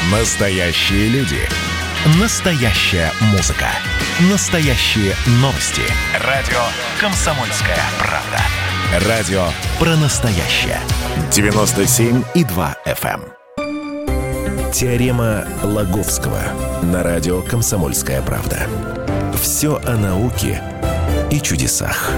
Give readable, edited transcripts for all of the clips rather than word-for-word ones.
Настоящие люди. Настоящая музыка. Настоящие новости. Радио «Комсомольская правда». Радио про настоящее. 97,2 FM. Теорема Лаговского на радио «Комсомольская правда». Все о науке и чудесах.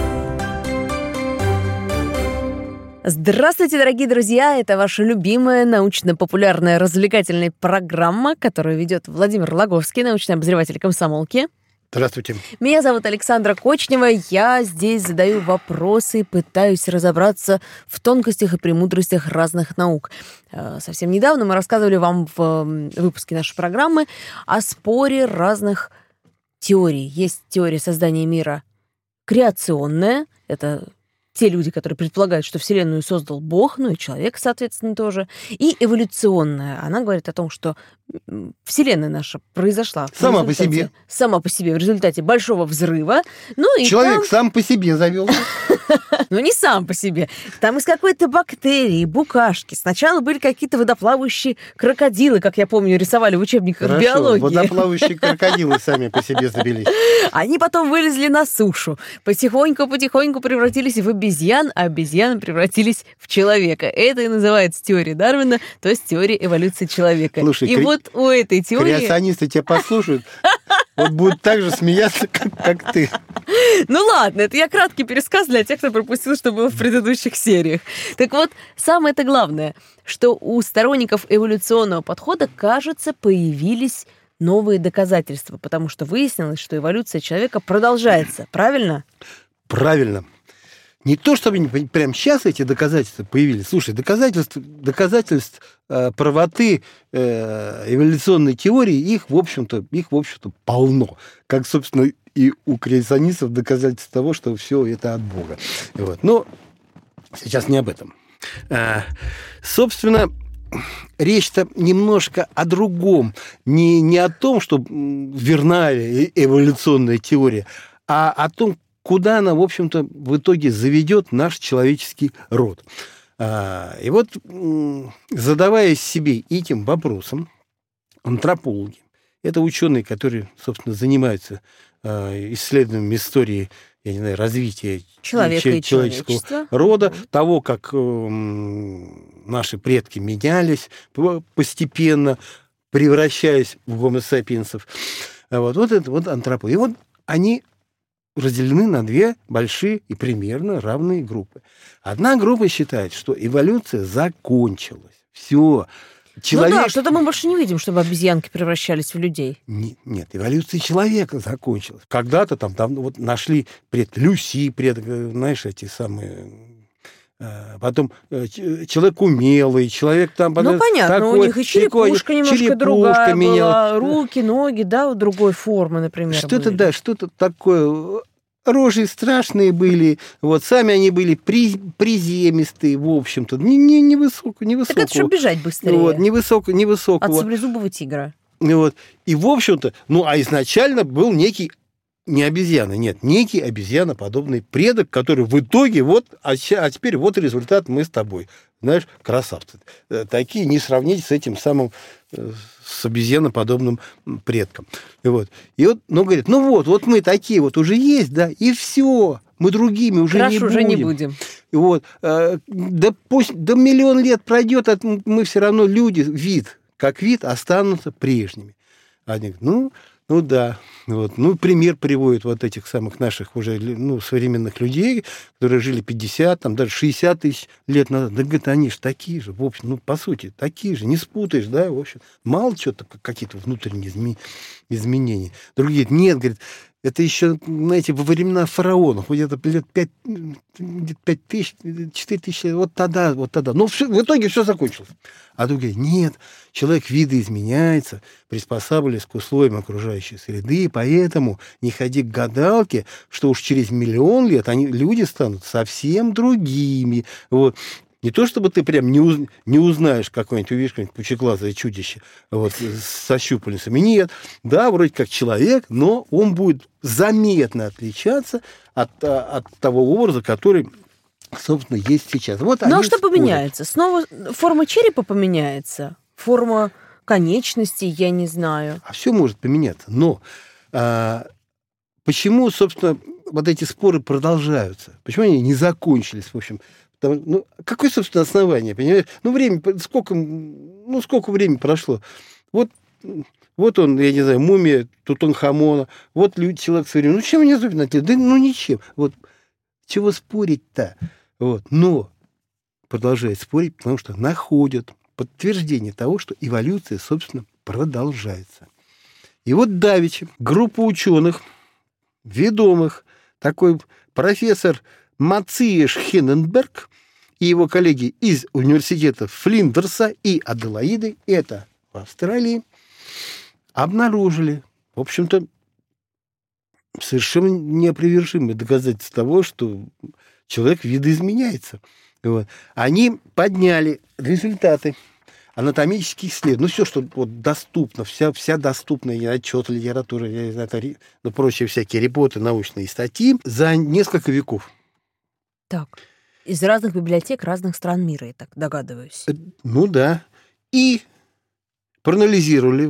Здравствуйте, дорогие друзья! Это ваша любимая научно-популярная развлекательная программа, которую ведет Владимир Лаговский, научный обозреватель «Комсомолки». Здравствуйте. Меня зовут Александра Кочнева. Я здесь задаю вопросы, пытаюсь разобраться в тонкостях и премудростях разных наук. Совсем недавно мы рассказывали вам в выпуске нашей программы о споре разных теорий. Есть теория создания мира креационная, это те люди, которые предполагают, что Вселенную создал Бог, ну и человек, соответственно, тоже. И эволюционная. Она говорит о том, что Вселенная наша произошла сама по себе в результате большого взрыва. Ну, и человек сам по себе завелся. Ну, не сам по себе. Там из какой-то бактерии, букашки. Сначала были какие-то водоплавающие крокодилы, как я помню, рисовали в учебниках биологии. Водоплавающие крокодилы сами по себе завелись. Они потом вылезли на сушу. Потихоньку превратились в обезьян, а обезьяны превратились в человека. Это и называется теория Дарвина, то есть теория эволюции человека. Слушай, и вот у этой теории... Креационисты тебя послушают, вот будут так же смеяться, как ты. Ну ладно, это я краткий пересказ для тех, кто пропустил, что было в предыдущих сериях. Так вот, самое-то главное, что у сторонников эволюционного подхода, кажется, появились новые доказательства, потому что выяснилось, что эволюция человека продолжается. Правильно? Правильно. Не то, чтобы прямо сейчас эти доказательства появились. Слушай, доказательств правоты эволюционной теории, их, в общем-то, полно. Как, собственно, и у креационистов доказательств того, что все это от Бога. Вот. Но сейчас не об этом. Собственно, речь-то немножко о другом. Не о том, что верна эволюционная теория, а о том, куда она, в общем-то, в итоге заведет наш человеческий род. И вот, задаваясь себе этим вопросом, антропологи, это ученые, которые, собственно, занимаются исследованием истории, я не знаю, развития человеческого рода, того, как наши предки менялись постепенно, превращаясь в гомо-сапиенсов. Вот это вот антропологи. И вот они разделены на две большие и примерно равные группы. Одна группа считает, что эволюция закончилась. Все. Человек... Ну да, что-то мы больше не видим, чтобы обезьянки превращались в людей. Нет, эволюция человека закончилась. Когда-то там вот нашли Люси, знаешь, эти самые... Потом человек умелый, человек там... Ну, понятно, такой, у них и черепушка немножко другая была, руки, ноги, да, другой формы, например. Что-то такое... Рожи страшные были, вот, сами они были приземистые, в общем-то, невысокого. Так это чтобы бежать быстрее. Вот, невысокого. От саблезубого тигра. Вот, и, в общем-то, а изначально был некий... Не обезьяна, нет, некий обезьяноподобный предок, который в итоге а теперь вот результат, мы с тобой. Знаешь, красавцы. Такие не сравнить с этим самым, с обезьяноподобным предком. И говорит, вот мы такие вот уже есть, да, и все, мы другими уже не будем. И пусть до миллион лет пройдет, мы все равно люди, как вид, останутся прежними. Они говорят, да. Пример приводит вот этих самых наших уже современных людей, которые жили 50, даже 60 тысяч лет назад. Да, говорит, они же такие же, в общем, по сути, такие же, не спутаешь, да, в общем. Мало чего-то, какие-то внутренние изменения. Другие говорят, нет, говорит, это еще, знаете, во времена фараонов, где-то лет 5 тысяч, 4 тысячи, вот тогда. Но в итоге все закончилось. А другие говорят, нет, человек видоизменяется, приспосабливаясь к условиям окружающей среды, поэтому не ходи к гадалке, что уж через миллион лет люди станут совсем другими. Вот. Не то, чтобы ты прям не узнаешь какое-нибудь, увидишь какое-нибудь пучеглазое чудище со щупальцами. Нет, да, вроде как человек, но он будет заметно отличаться от того образа, который, собственно, есть сейчас. Вот а что поменяется? Снова форма черепа поменяется? Форма конечностей, я не знаю. А все может поменяться. Но почему, собственно, вот эти споры продолжаются? Почему они не закончились, в общем? Какое, собственно, основание, понимаешь? Сколько времени прошло? Вот он, я не знаю, мумия Тутанхамона, вот человек современный. Чем они особенно отличаются? Да ничем. Вот чего спорить-то? Но продолжает спорить, потому что находят подтверждение того, что эволюция, собственно, продолжается. И вот давеча группа ученых, ведомых, такой профессор Мациеш Хенненберг и его коллеги из университетов Флиндерса и Аделаиды, это в Австралии, обнаружили, в общем-то, совершенно неопровержимые доказательства того, что человек видоизменяется. Они подняли результаты анатомических исследований, все, что доступно, вся доступная отчет, литература, прочие всякие репорты, научные статьи за несколько веков. Так, из разных библиотек разных стран мира, я так догадываюсь. Да. И проанализировали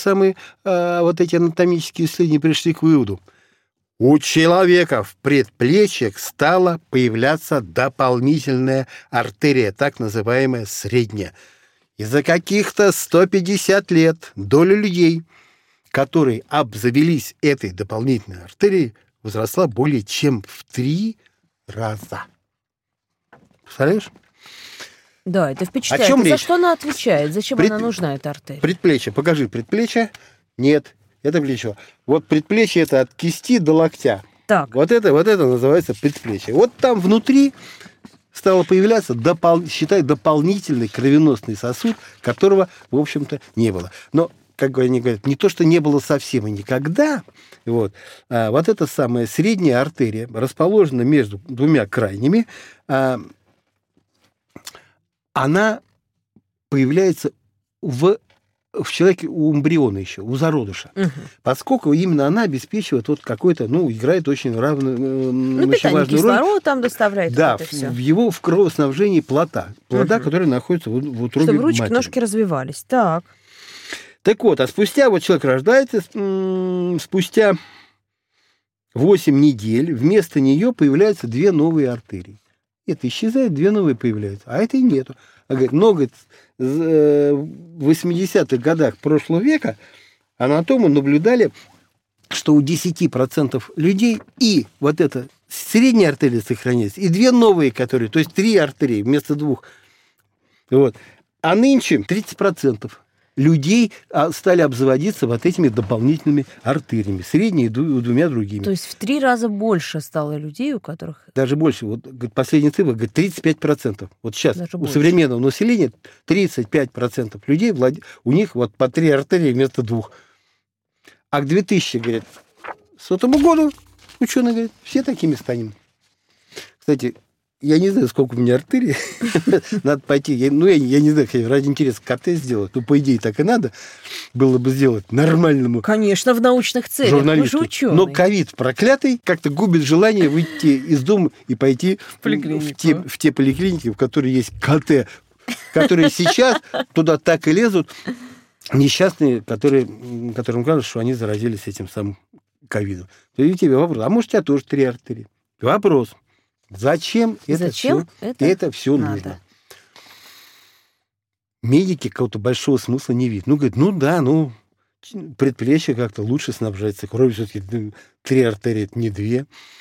эти анатомические исследования, пришли к выводу. У человека в предплечьях стала появляться дополнительная артерия, так называемая средняя. И за каких-то 150 лет доля людей, которые обзавелись этой дополнительной артерией, возросла более чем в 3 раза. Представляешь? Да, это впечатляет. О чем За речь? что она отвечает? Зачем она нужна, эта артерия? Предплечье. Покажи предплечье. Нет, это плечо. Вот предплечье — это от кисти до локтя. Так. Вот это называется предплечье. Вот там внутри стало появляться, дополнительный кровеносный сосуд, которого, в общем-то, не было. Но, как они говорят, не то, что не было совсем и никогда, вот эта самая средняя артерия расположена между двумя крайними, она появляется в человеке, у эмбриона еще, у зародыша. Угу. Поскольку именно она обеспечивает какой-то, играет очень очень важную кислород роль. Там доставляет. Да, в кровоснабжении плода, который находится в утробе чтобы ручки, матери. ножки развивались. Так. Так вот, спустя человек рождается, спустя 8 недель вместо нее появляются 2 новые артерии. Это исчезает, 2 новые появляются, а этой нету. В 80-х годах прошлого века анатомы наблюдали, что у 10% людей и вот эта средняя артерия сохраняется, и 2 новые, то есть 3 артерии вместо 2. А нынче 30% людей стали обзаводиться этими дополнительными артериями, средней и 2 другими. То есть в 3 раза больше стало людей, у которых... Даже больше. Последняя цифра, 35%. Вот сейчас даже у больше. современного населения 35% людей, у них по 3 артерии вместо 2. А к 2100 году, ученые говорят, все такими станем. Кстати, я не знаю, сколько у меня артерий. Надо пойти. Я не знаю, ради интереса КТ сделать. По идее, так и надо было бы сделать нормальному. Конечно, в научных целях. Журналисту. Вы же ученый. Но ковид проклятый как-то губит желание выйти из дома и пойти в те поликлиники, в которые есть КТ, которые сейчас туда так и лезут несчастные, которым кажется, что они заразились этим самым ковидом. И тебе вопрос, а может, у тебя тоже 3 артерии? Вопрос. Зачем это все нужно? Медики какого-то большого смысла не видят. Говорят, предплечье как-то лучше снабжается кровью. Все-таки 3 артерии, это не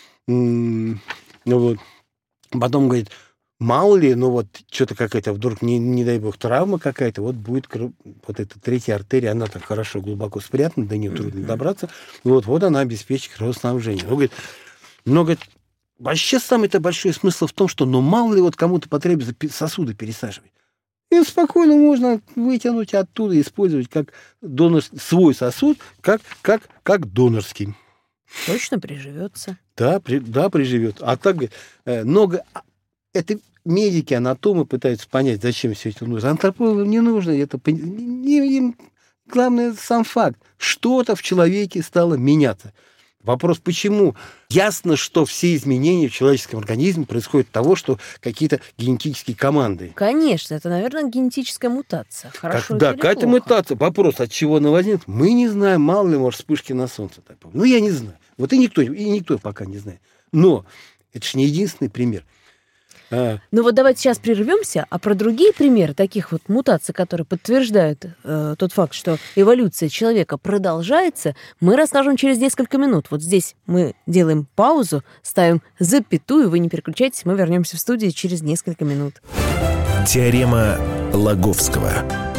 2. Потом говорит, мало ли, что-то какая-то вдруг, не дай бог, травма какая-то, будет эта 3-я артерия, она так хорошо, глубоко спрятана, до нее трудно добраться. Вот она обеспечит кровоснабжение. Говорит, вообще самый-то большой смысл в том, что мало ли кому-то потребуется сосуды пересаживать. И спокойно можно вытянуть оттуда и использовать как свой сосуд, как донорский. Точно приживется. Да, приживет. А так это медики, анатомы пытаются понять, зачем все это нужно. Антропологам не нужно. Им главное сам факт. Что-то в человеке стало меняться. Вопрос, почему? Ясно, что все изменения в человеческом организме происходят от того, что какие-то генетические команды. Конечно, это, наверное, генетическая мутация. Хорошо это или какая-то плохо? мутация. Вопрос, от чего она возникнет, мы не знаем. Мало ли, может, вспышки на солнце. Ну, я не знаю. Вот и никто пока не знает. Но это же не единственный пример. Ну вот давайте сейчас прервемся, а про другие примеры таких вот мутаций, которые подтверждают тот факт, что эволюция человека продолжается, мы расскажем через несколько минут. Вот здесь мы делаем паузу, ставим запятую, вы не переключайтесь, мы вернемся в студию через несколько минут. Теорема Лаговского.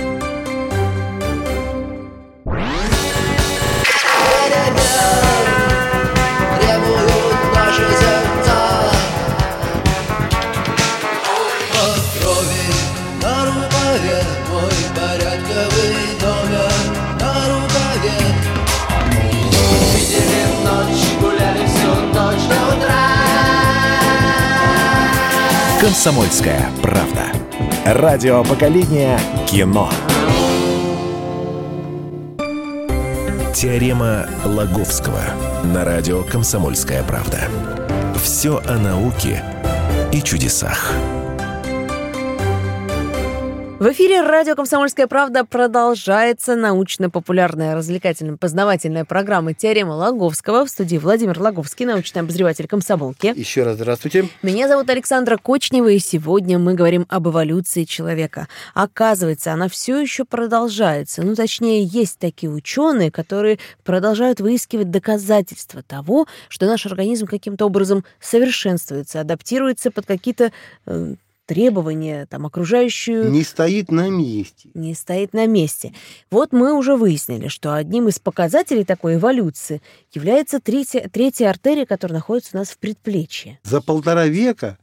«Комсомольская правда». Радио поколения кино. Теорема Лаговского на радио «Комсомольская правда». Все о науке и чудесах. В эфире радио «Комсомольская правда» продолжается научно-популярная, развлекательно-познавательная программа «Теорема Лаговского». В студии Владимир Лаговский, научный обозреватель «Комсомолки». Еще раз здравствуйте. Меня зовут Александра Кочнева, и сегодня мы говорим об эволюции человека. Оказывается, она все еще продолжается. Ну, точнее, есть такие ученые, которые продолжают выискивать доказательства того, что наш организм каким-то образом совершенствуется, адаптируется под какие-то требования, там, окружающую... Не стоит на месте. Не стоит на месте. Вот мы уже выяснили, что одним из показателей такой эволюции является третья артерия, которая находится у нас в предплечье. За 1,5 века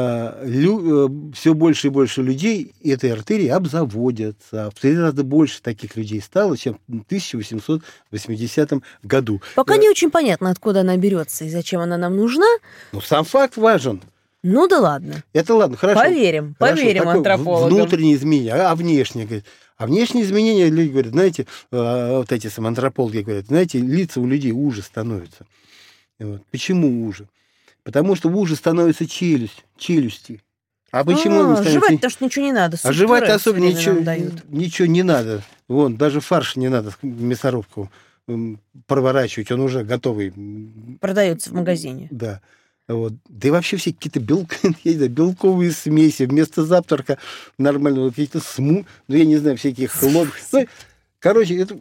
все больше и больше людей этой артерии обзаводятся. В 3 раза больше таких людей стало, чем в 1880 году. Пока не очень понятно, откуда она берется и зачем она нам нужна. Но сам факт важен. Ну да ладно. Это ладно, хорошо. Поверим антропологам. Внутренние изменения, а внешние, говорят. А внешние изменения, люди говорят, знаете, вот эти антропологи говорят, знаете, лица у людей уже становятся. Вот. Почему уже? Потому что уже становится челюсти. А почему они становятся? Жевать, потому что ничего не надо. А жевать особо ничего не надо. Вон, даже фарш не надо, мясорубку проворачивать, он уже готовый. Продается в магазине. Да. Вот. Да и вообще все какие-то белковые смеси. Вместо завтрака нормального какие-то я не знаю, всякие хлопья. Ну, короче, это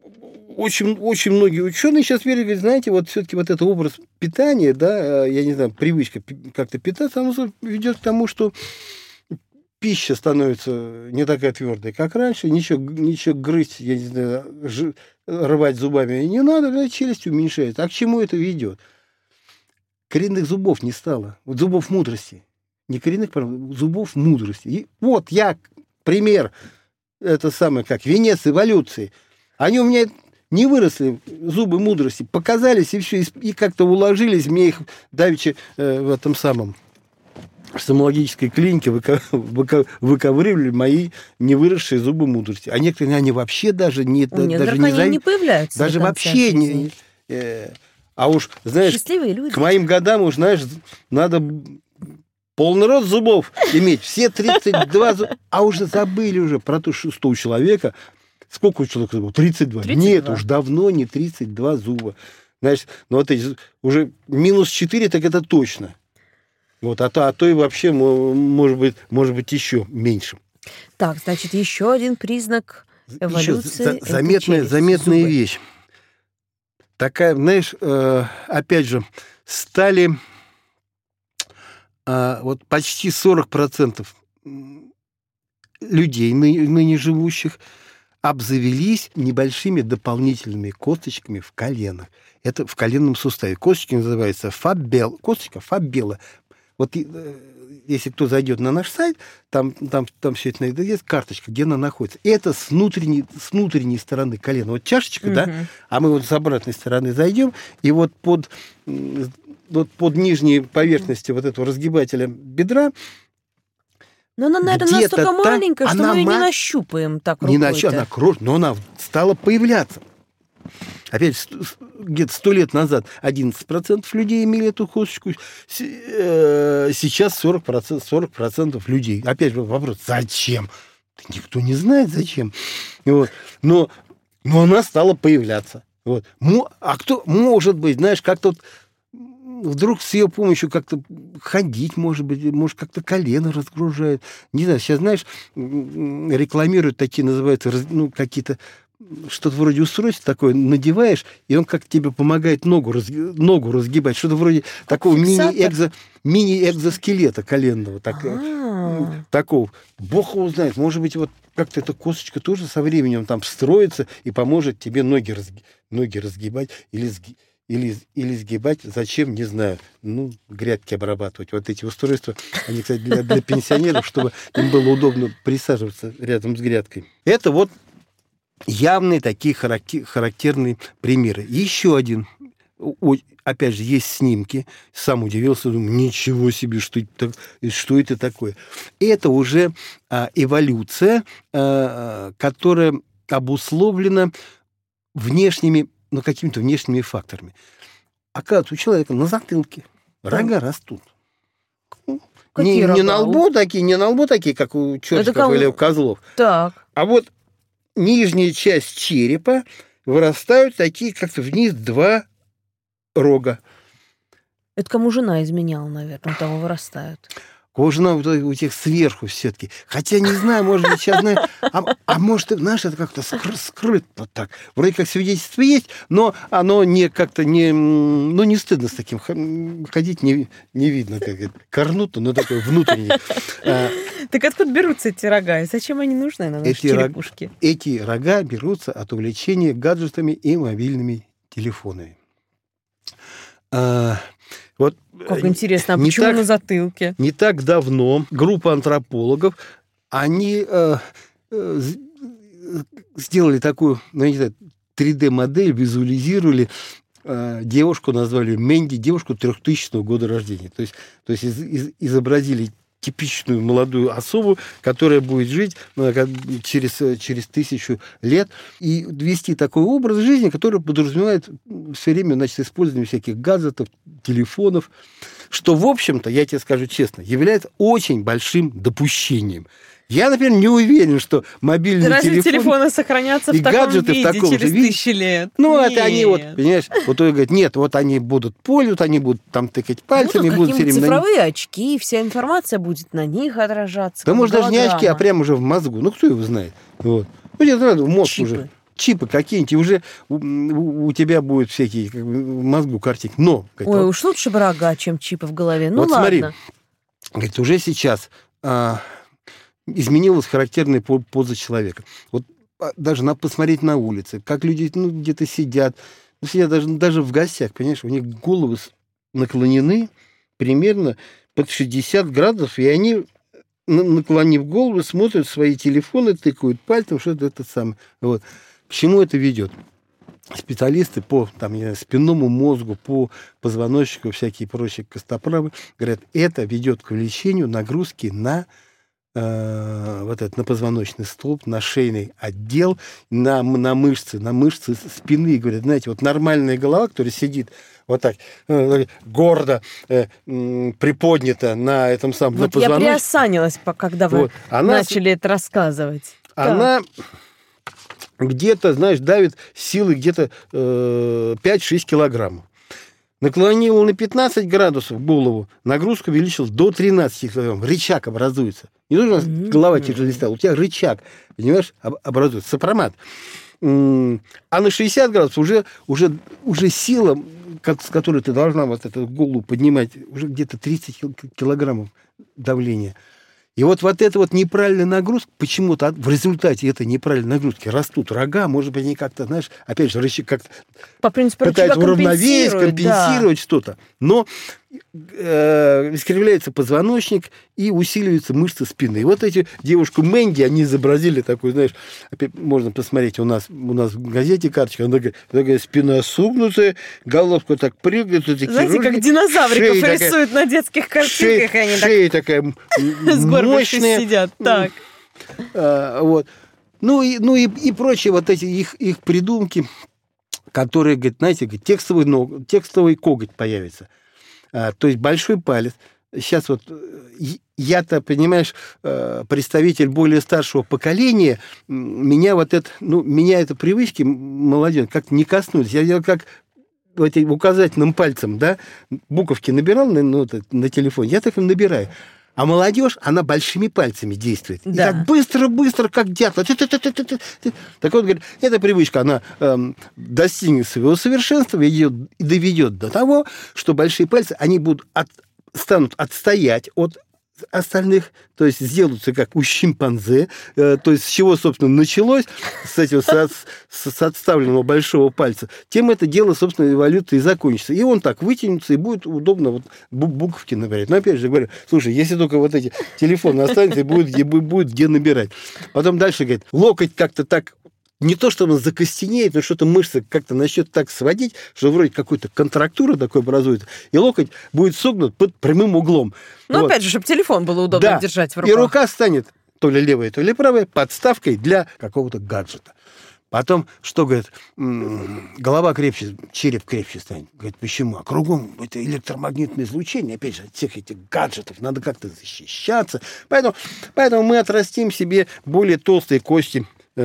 очень многие ученые сейчас верят, говорят, знаете, вот все-таки вот этот образ питания, да, я не знаю, привычка как-то питаться, она ведет к тому, что пища становится не такая твердая, как раньше, ничего грызть, я не знаю, рвать зубами не надо, да, челюсть уменьшается. А к чему это ведет? Коренных зубов не стало. Вот зубов мудрости. Не коренных, зубов мудрости. И вот я пример, это самое, как венец эволюции. Они у меня не выросли, зубы мудрости, показались, и все, и как-то уложились. Мне их давеча в этом самом стоматологической клинике выковыривали мои невыросшие зубы мудрости. А некоторые, они вообще даже не... Даже не появляются. Даже вообще не... А уж, знаешь, к моим годам, уж, знаешь, надо полный рот зубов иметь. Все 32 зуба. А уже забыли уже про то, что у человека... Сколько у человека зубов? 32. Нет, уж давно не 32 зуба. Знаешь, ну вот эти уже минус 4, так это точно. Вот, а то и вообще, может быть, еще меньше. Так, значит, еще один признак эволюции. Заметная вещь. Такая, знаешь, опять же, стали вот почти 40% людей, ныне живущих, обзавелись небольшими дополнительными косточками в коленах. Это в коленном суставе. Косточка называется фабела. Косточка фабела. Вот если кто зайдет на наш сайт, там все это есть карточка, где она находится. Это с внутренней стороны колена. Вот чашечка, да, а мы вот с обратной стороны зайдем, и вот под нижней поверхностью вот этого разгибателя бедра. Но она, наверное, настолько маленькая, что мы ее не нащупаем так рукой. Она крошечная, но она стала появляться. Опять где-то 100 лет назад 11% людей имели эту косточку, сейчас 40% людей. Опять же вопрос, зачем? Никто не знает, зачем. Вот. Но она стала появляться. Вот. А кто, может быть, знаешь, как-то вдруг с ее помощью как-то ходить, может быть, может, как-то колено разгружает. Не знаю, сейчас, знаешь, рекламируют такие, называются, какие-то, что-то вроде устройства такое, надеваешь, и он как тебе помогает ногу разгибать. Что-то вроде такого мини-экзоскелета коленного. Такого. Бог его знает. Может быть, вот как-то эта косточка тоже со временем там встроится и поможет тебе ноги разгибать или сгибать. Зачем, не знаю. Грядки обрабатывать. Вот эти устройства, они, кстати, для пенсионеров, чтобы им было удобно присаживаться рядом с грядкой. Это вот явные такие характерные примеры. Еще один. Опять же, есть снимки. Сам удивился, думаю, ничего себе, что это такое. Это уже эволюция, которая обусловлена внешними, какими-то внешними факторами. Оказывается, у человека на затылке рога растут. Не на лбу такие, как у чертиков или у козлов. Так. А вот нижняя часть черепа вырастают такие, как-то вниз 2 рога. Это кому жена изменяла, наверное, того вырастают. Кого жена у тех сверху все-таки. Хотя, не знаю, может быть, сейчас знаю. А может, знаешь, это как-то скрыто вот так. Вроде как свидетельство есть, но оно не как-то не стыдно с таким ходить, не видно, как это. Корнуто, но такое внутреннее. Так откуда берутся эти рога? И зачем они нужны на нашей черепушке? Эти рога берутся от увлечения гаджетами и мобильными телефонами. Вот, как интересно, а почему на затылке? Не так давно группа антропологов, они сделали такую, 3D-модель, визуализировали девушку, назвали Мэнди, девушку 3000 года рождения. То есть изобразили типичную молодую особу, которая будет жить через 1000 лет, и вести такой образ жизни, который подразумевает все время, использование всяких гаджетов, телефонов, что, в общем-то, я тебе скажу честно, является очень большим допущением. Я, например, не уверен, что мобильные телефоны сохранятся в таком виде через 1000 лет? Это они, понимаешь, говорят, нет, они будут пользоваться, они будут там тыкать пальцами. Будут все время цифровые очки, вся информация будет на них отражаться. Да, может, даже не очки, а прямо уже в мозгу. Кто его знает? Вот. Тебе надо в мозг уже. Чипы какие-нибудь, и уже у тебя будут всякие в мозгу картинки. Но, ой, уж лучше бы рога, чем чипы в голове. Ладно. Смотри, говорит, уже сейчас изменилась характерная поза человека. Вот даже посмотреть на улице, как люди где-то сидят даже в гостях, понимаешь, у них головы наклонены примерно под 60 градусов, и они, наклонив голову, смотрят в свои телефоны, тыкают пальцем, что-то это самое. Вот. К чему это ведет? Специалисты по спинному мозгу, по позвоночнику, всякие прочие костоправы говорят, это ведет к увеличению нагрузки на на позвоночный столб, на шейный отдел, на мышцы спины. Говорят, знаете, вот нормальная голова, которая сидит вот так гордо приподнята на этом самом на позвоночнике. Я приосанилась, когда вы начали это рассказывать. Она где-то, давит силой где-то 5-6 килограммов. Наклонила на 15 градусов голову, нагрузка увеличилась до 13 килограммов. Рычаг образуется. Не нужно голова тяжелее стала, у тебя рычаг, понимаешь, образуется, сопромат. А на 60 градусов уже сила, с которой ты должна эту голову поднимать, уже где-то 30 килограммов давления. И вот эта неправильная нагрузка, почему-то в результате этой неправильной нагрузки растут рога, может быть, они как-то, опять же, как-то по принципу пытаются уравновесить, компенсировать что-то. Но искривляется позвоночник и усиливаются мышцы спины. И вот эти девушку Мэнди, они изобразили такую, опять можно посмотреть, у нас в газете карточка, она такая спина согнутая, головка так прыгает. Знаете, как динозавриков рисуют на детских картинках. Шея такая мощная. Сидят. Так. Вот. И прочие эти их придумки. которые, говорит, знаете, говорит, текстовый коготь появится. То есть большой палец. Сейчас вот я-то, понимаешь, представитель более старшего поколения, меня эта привычки молодежь как-то не коснулись. Я делал как указательным пальцем, да, буковки набирал на телефоне, я так и набираю. А молодежь, она большими пальцами действует. Да. И так быстро, как дятел. Так вот, говорит, эта привычка, она достигнет своего совершенства и доведет до того, что большие пальцы, они станут отстоять от остальных, то есть сделаются как у шимпанзе, то есть с чего, собственно, началось, с этого, с отставленного большого пальца, тем это дело, собственно, эволюции закончится. И он так вытянется, и будет удобно вот буковки набирать. Но опять же говорю, слушай, если только вот эти телефоны останутся, будет где набирать. Потом дальше, говорит, локоть как-то так не то, что он закостенеет, но что-то мышцы как-то начнет так сводить, что вроде какой-то контрактура такой образуется, и локоть будет согнут под прямым углом. Ну, опять же, чтобы телефон было удобно держать в руках. И рука станет то ли левая, то ли правая подставкой для какого-то гаджета. Потом, что, говорит, голова крепче, череп крепче станет. Говорит, почему? А кругом это электромагнитное излучение, опять же, от всех этих гаджетов, надо как-то защищаться. Поэтому мы отрастим себе более толстые кости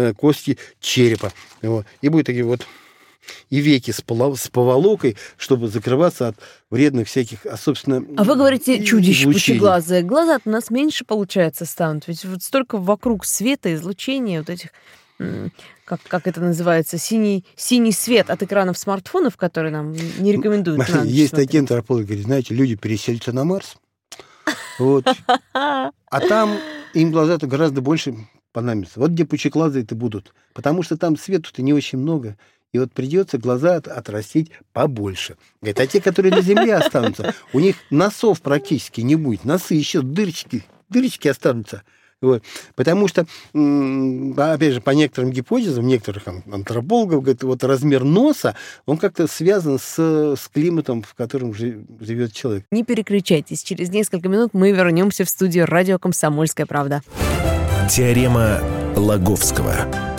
черепа. Вот. И будут такие вот и веки с поволокой, чтобы закрываться от вредных всяких, собственно, А вы говорите, чудище пучеглазое. Глаза-то у нас меньше, получается, станут. Ведь вот столько вокруг света, излучения, вот этих, как это называется, синий свет от экранов смартфонов, которые нам не рекомендуют. Есть такие антропологи, говорят, знаете, люди переселятся на Марс, вот, а там им глаза-то гораздо больше понадобится. Вот где пучеглазые-то будут. Потому что там свету-то не очень много. И вот придется глаза отрастить побольше. Говорит, а те, которые на Земле останутся, у них носов практически не будет. Носы еще дырочки останутся. Вот. Потому что, опять же, по некоторым гипотезам, некоторых антропологов, говорит, вот размер носа, он как-то связан с климатом, в котором живет человек. Не переключайтесь. Через несколько минут мы вернемся в студию радио «Комсомольская правда». Теорема Лаговского.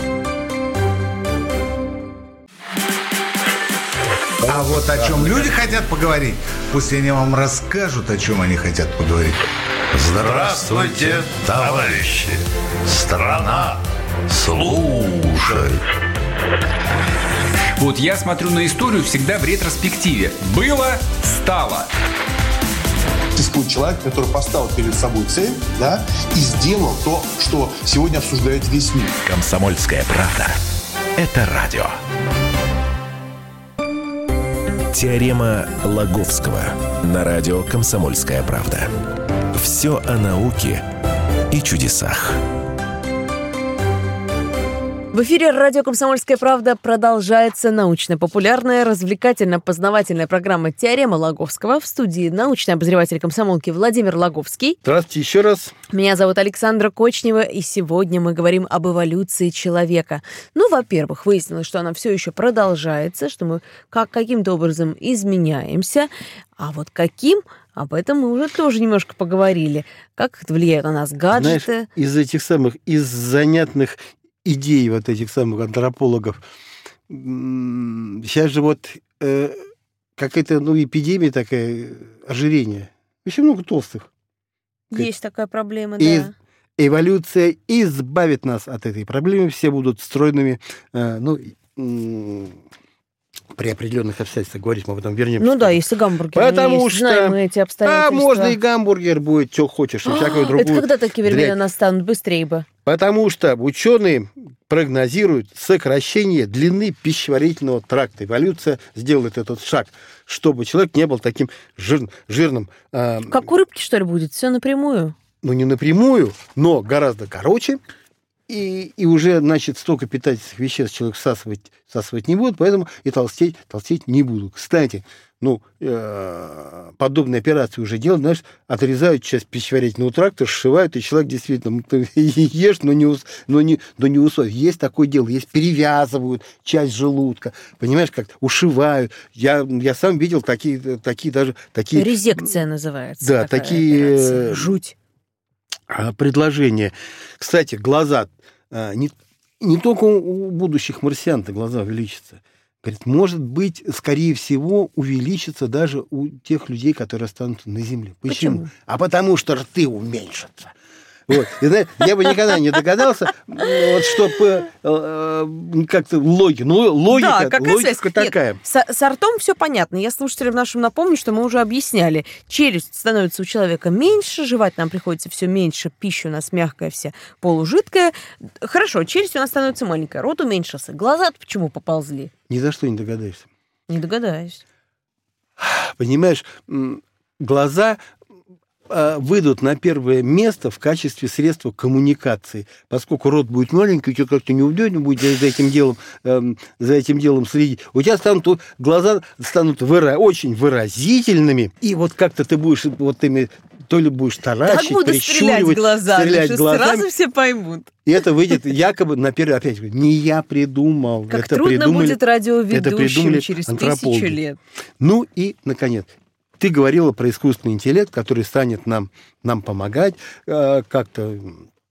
А вот о чем люди хотят поговорить, пусть они вам расскажут, о чем они хотят поговорить. Здравствуйте, товарищи! Страна слушает! Вот я смотрю на историю всегда в ретроспективе. Было, стало. Существует человек, который поставил перед собой цель, да, и сделал то, что сегодня обсуждает весь мир. «Комсомольская правда» — это радио. Теорема Лаговского на радио «Комсомольская правда». Все о науке и чудесах. В эфире радио «Комсомольская правда» продолжается научно-популярная, развлекательно-познавательная программа «Теорема Лаговского». В студии научный обозреватель комсомолки Владимир Лаговский. Здравствуйте еще раз. Меня зовут Александра Кочнева, и сегодня мы говорим об эволюции человека. Ну, во-первых, выяснилось, что она все еще продолжается, что мы каким-то образом изменяемся. А вот каким, об этом мы уже тоже немножко поговорили. Как это влияет на нас гаджеты. Знаешь, из занятных идей вот этих самых антропологов. Сейчас же вот какая-то эпидемия такая, ожирение. Очень много толстых. Есть такая проблема, и да. Эволюция избавит нас от этой проблемы. Все будут стройными, при определенных обстоятельствах говорить, мы потом вернемся. Ну да, если гамбургер Потому что знаем мы эти обстоятельства. можно и гамбургер будет, что хочешь, и всякую другую. Это когда такие времена настанут? Быстрее бы. Потому что ученые прогнозируют сокращение длины пищеварительного тракта. Эволюция сделает этот шаг, чтобы человек не был таким жирным. Как у рыбки, что ли, будет? Все напрямую? Ну, не напрямую, но гораздо короче. И уже, значит, столько питательных веществ человек всасывать не будет, поэтому и толстеть не будут. Кстати, подобные операции уже делают, знаешь, отрезают часть пищеварительного тракта, сшивают, и человек действительно ешь, но не усвоит. Есть такое дело, перевязывают часть желудка, понимаешь, как ушивают. Я сам видел такие даже... Резекция называется. Да, такие... Операция. Жуть. Предложения. Кстати, глаза... Не только у будущих марсиан-то глаза увеличатся. Говорит, может быть, скорее всего, увеличится даже у тех людей, которые останутся на Земле. Почему? А потому что рты уменьшатся. Вот. И, знаете, я бы никогда не догадался, вот, что как-то логика. Ну, логика такая. Нет, с ртом все понятно. Я слушателям нашим напомню, что мы уже объясняли. Челюсть становится у человека меньше, жевать нам приходится все меньше, пища у нас мягкая вся, полужидкая. Хорошо, челюсть у нас становится маленькая, рот уменьшился. Глаза-то почему поползли? Ни за что не догадаешься. Не догадаюсь. Понимаешь, глаза выйдут на первое место в качестве средства коммуникации, поскольку рот будет маленький, у тебя как-то неудобно будет за этим делом следить. У тебя глаза станут очень выразительными, и вот как-то ты будешь вот ими то ли будешь таращить, прищуривать, стрелять глазами. Сразу все поймут. И это выйдет якобы, опять, не я придумал. Как это трудно будет радиоведущим через 1000 лет. Ну и, наконец, ты говорила про искусственный интеллект, который станет нам помогать как-то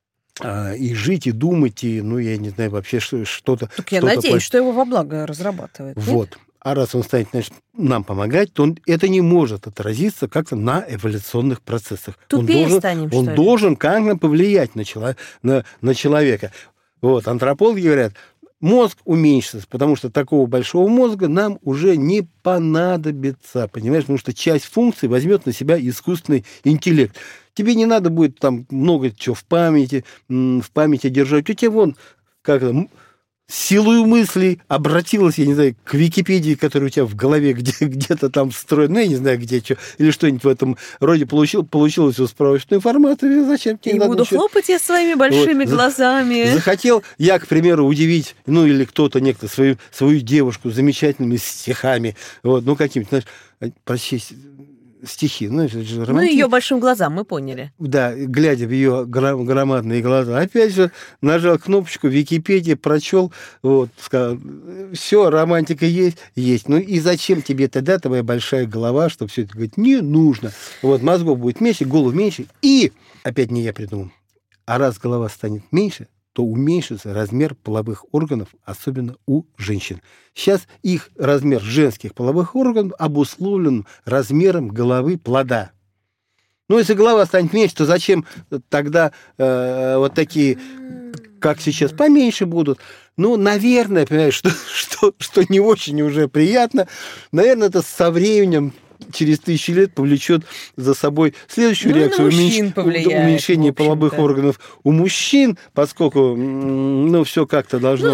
и жить, и думать, и, ну, я не знаю, вообще что-то... Так я надеюсь, что его во благо разрабатывает. Вот. Нет? А раз он станет, значит, нам помогать, то это не может отразиться как-то на эволюционных процессах. Тупее станем, что ли? Он должен как-то повлиять на человека. Вот. Антропологи говорят, мозг уменьшится, потому что такого большого мозга нам уже не понадобится, понимаешь? Потому что часть функций возьмет на себя искусственный интеллект. Тебе не надо будет там много чего в памяти держать. У тебя вон как-то силой мыслей обратилась, я не знаю, к Википедии, которая у тебя в голове где-то там встроена, ну, я не знаю, где что, или что-нибудь в этом роде получилось справочную информацию, зачем тебе не надо буду хлопать я своими большими глазами. Захотел я, к примеру, удивить, ну, или кто-то, некто, свою девушку замечательными стихами, вот, ну, какими-то, знаешь, прочесть стихи. Ну, это же ну, ее большим глазам, мы поняли. Да, глядя в ее громадные глаза. Опять же, нажал кнопочку, Википедия, прочел, вот, сказал, все, романтика есть. Ну, и зачем тебе тогда твоя большая голова, чтобы все это говорить, не нужно. Вот, мозгов будет меньше, голову меньше. И, опять не я придумал, а раз голова станет меньше, то уменьшится размер половых органов, особенно у женщин. Сейчас их размер женских половых органов обусловлен размером головы плода. Ну, если голова станет меньше, то зачем тогда вот такие, как сейчас, поменьше будут? Ну, наверное, понимаешь, что не очень уже приятно. Наверное, это со временем, через 1000 лет повлечет за собой следующую реакцию уменьшение половых органов у мужчин, поскольку все как-то должно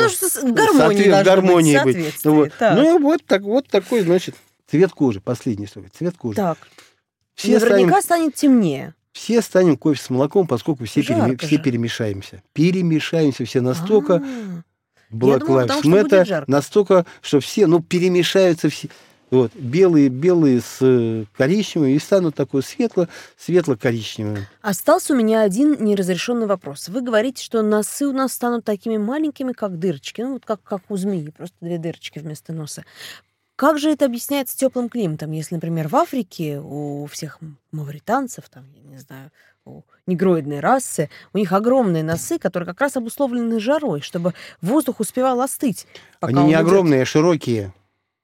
гармонии быть. Ну, вот такой, значит, цвет кожи, последний слово, цвет кожи. Так, наверняка станет темнее. Все станем кофе с молоком, поскольку все перемешаемся. Перемешаемся все настолько, Black Lives Matter, настолько, что все, перемешаются все. Вот, белые с коричневым, и станут такой светло-коричневым. Остался у меня один неразрешенный вопрос. Вы говорите, что носы у нас станут такими маленькими, как дырочки. Ну, вот как у змеи, просто 2 дырочки вместо носа. Как же это объясняется теплым климатом? Если, например, в Африке у всех мавританцев, там, я не знаю, у негроидной расы, у них огромные носы, которые как раз обусловлены жарой, чтобы воздух успевал остыть. Они не огромные, а широкие.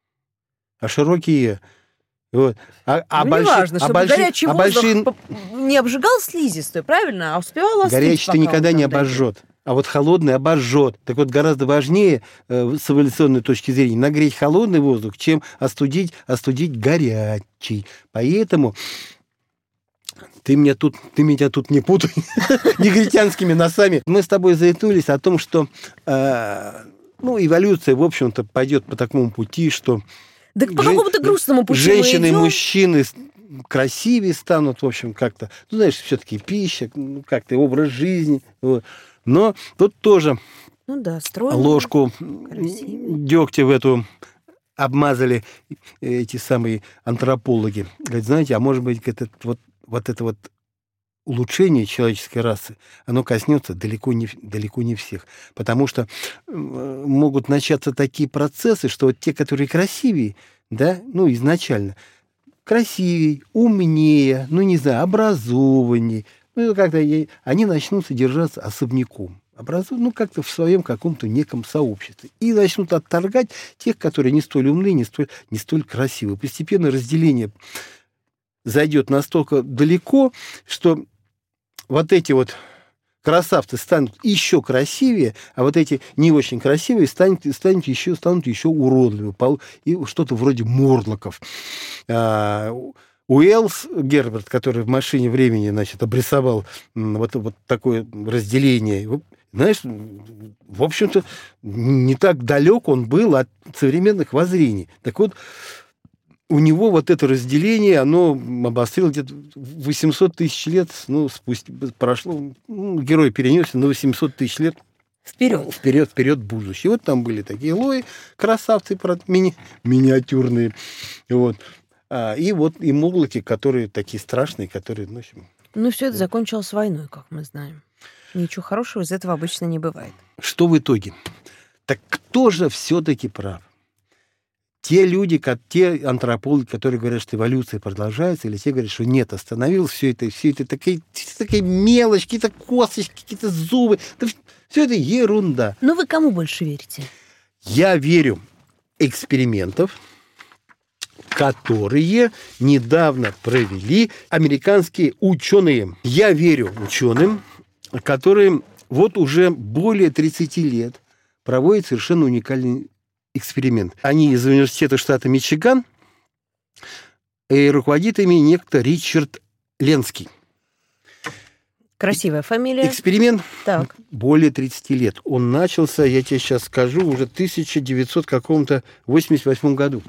Вот. Неважно, чтобы горячий воздух не обжигал слизистую, правильно? А успевал остыть. Горячий-то никогда не обожжет, а вот холодный обожжет. Так вот, гораздо важнее с эволюционной точки зрения нагреть холодный воздух, чем остудить горячий. Поэтому ты меня тут не путай негритянскими носами. Мы с тобой заикнулись о том, что эволюция, в общем-то, пойдет по такому пути, что да по какому-то грустному пути женщины и мы идем. Мужчины красивее станут, в общем, как-то. Ну, знаешь, все-таки пища, как-то опыт жизни. Вот. Но тут тоже ложку дегтя в эту обмазали эти самые антропологи. Говорят, знаете, а может быть, это улучшение человеческой расы, оно коснется далеко не всех. Потому что могут начаться такие процессы, что вот те, которые красивее, да, изначально, красивее, умнее, образованнее, как-то они начнут содержаться особняком. образуют, как-то в своем каком-то неком сообществе. И начнут отторгать тех, которые не столь умны, не столь красивы. Постепенно разделение зайдет настолько далеко, что вот эти вот красавцы станут еще красивее, а вот эти не очень красивые станут еще уродливыми. И что-то вроде Морлоков. Уэллс Герберт, который в «Машине времени», обрисовал вот такое разделение. Знаешь, в общем-то, не так далек он был от современных воззрений. Так вот, у него вот это разделение, оно обострилось где-то 800 тысяч лет, прошло, герой перенесся на 800 тысяч лет вперед в будущее. Вот там были такие лои, красавцы, миниатюрные, вот. И морлоки, которые такие страшные, которые... все это закончилось войной, как мы знаем. Ничего хорошего из этого обычно не бывает. Что в итоге? Так кто же все-таки прав? Те люди, те антропологи, которые говорят, что эволюция продолжается, или те говорят, что нет, остановилось все это такая мелочь, какие-то косточки, какие-то зубы. Все это ерунда. Но вы кому больше верите? Я верю экспериментов, которые недавно провели американские ученые. Я верю ученым, которые вот уже более 30 лет проводят совершенно уникальный эксперимент. Они из университета штата Мичиган, и руководит ими некто Ричард Ленский. Красивая фамилия. Эксперимент более 30 лет. Он начался, я тебе сейчас скажу, уже в 1988 году.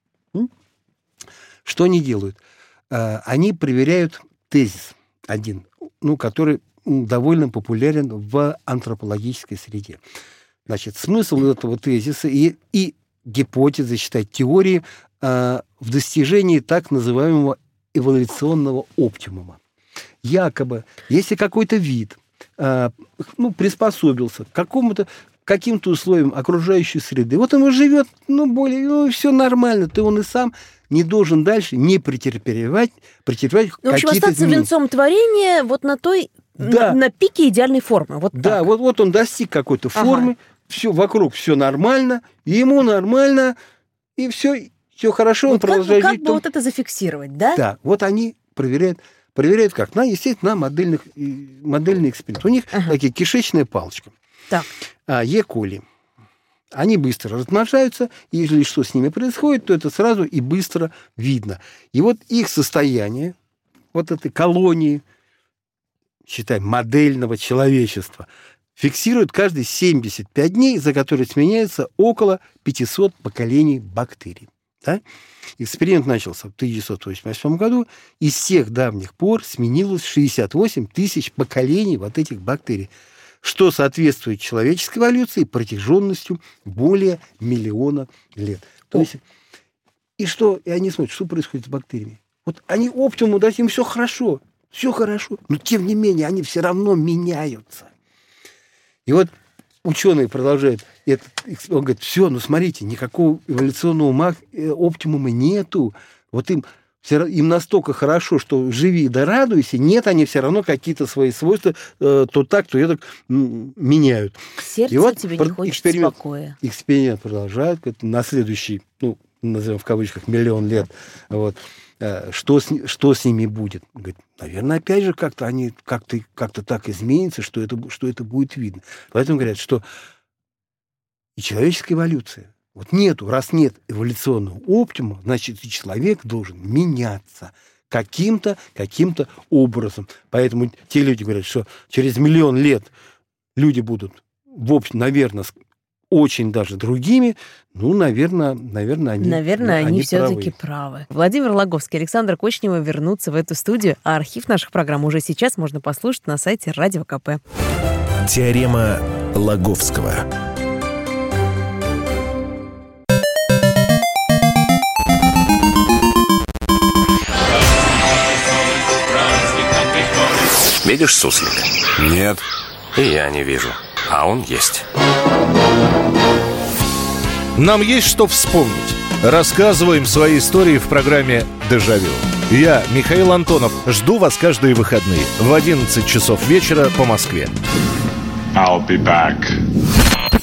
Что они делают? Они проверяют тезис один, который довольно популярен в антропологической среде. Значит, смысл этого тезиса и гипотезы, считать теории в достижении так называемого эволюционного оптимума. Якобы, если какой-то вид приспособился к каким-то условиям окружающей среды, вот он и живет, все нормально, то он и сам не должен дальше не претерпевать какие-то изменения. В общем, остаться венцом творения вот на пике идеальной формы. Вот он достиг какой-то формы, все вокруг все нормально, ему нормально, и все хорошо, он продолжает жить. Как бы вот это зафиксировать, да? Да, вот они проверяют как? Естественно, на модельный эксперимент. У них такие кишечная палочка. Так. Е. коли. Они быстро размножаются, и если что с ними происходит, то это сразу и быстро видно. И вот их состояние, вот этой колонии, считай, модельного человечества, фиксируют каждые 75 дней, за которые сменяется около 500 поколений бактерий. Да? Эксперимент начался в 1988 году, и с тех давних пор сменилось 68 тысяч поколений вот этих бактерий, что соответствует человеческой эволюции протяженностью более миллиона лет. То есть, и они смотрят, что происходит с бактериями. Вот они оптимуму, им все хорошо, но тем не менее они все равно меняются. И вот ученые продолжают, он говорит, смотрите, никакого эволюционного оптимума нету, вот им настолько хорошо, что живи да радуйся, нет, они все равно какие-то свои свойства то так, то это меняют. Сердце тебе не хочет покоя. Эксперимент продолжают, на следующий, назовем в кавычках, миллион лет, вот, что с ними будет? Говорит, наверное, опять же, как-то они как-то так изменятся, что это будет видно. Поэтому говорят, что и человеческая эволюция. Вот раз нет эволюционного оптимума, значит, и человек должен меняться каким-то образом. Поэтому те люди говорят, что через миллион лет люди будут, в общем, наверное, очень даже другими, наверное, они все-таки правы. Владимир Логовский, Александра Кочнева вернутся в эту студию, а архив наших программ уже сейчас можно послушать на сайте Радио КП. Теорема Логовского. Видишь суслика? Нет. И я не вижу. А он есть. Нам есть что вспомнить. Рассказываем свои истории в программе «Дежавю». Я, Михаил Антонов, жду вас каждые выходные в 11 часов вечера по Москве. I'll be back.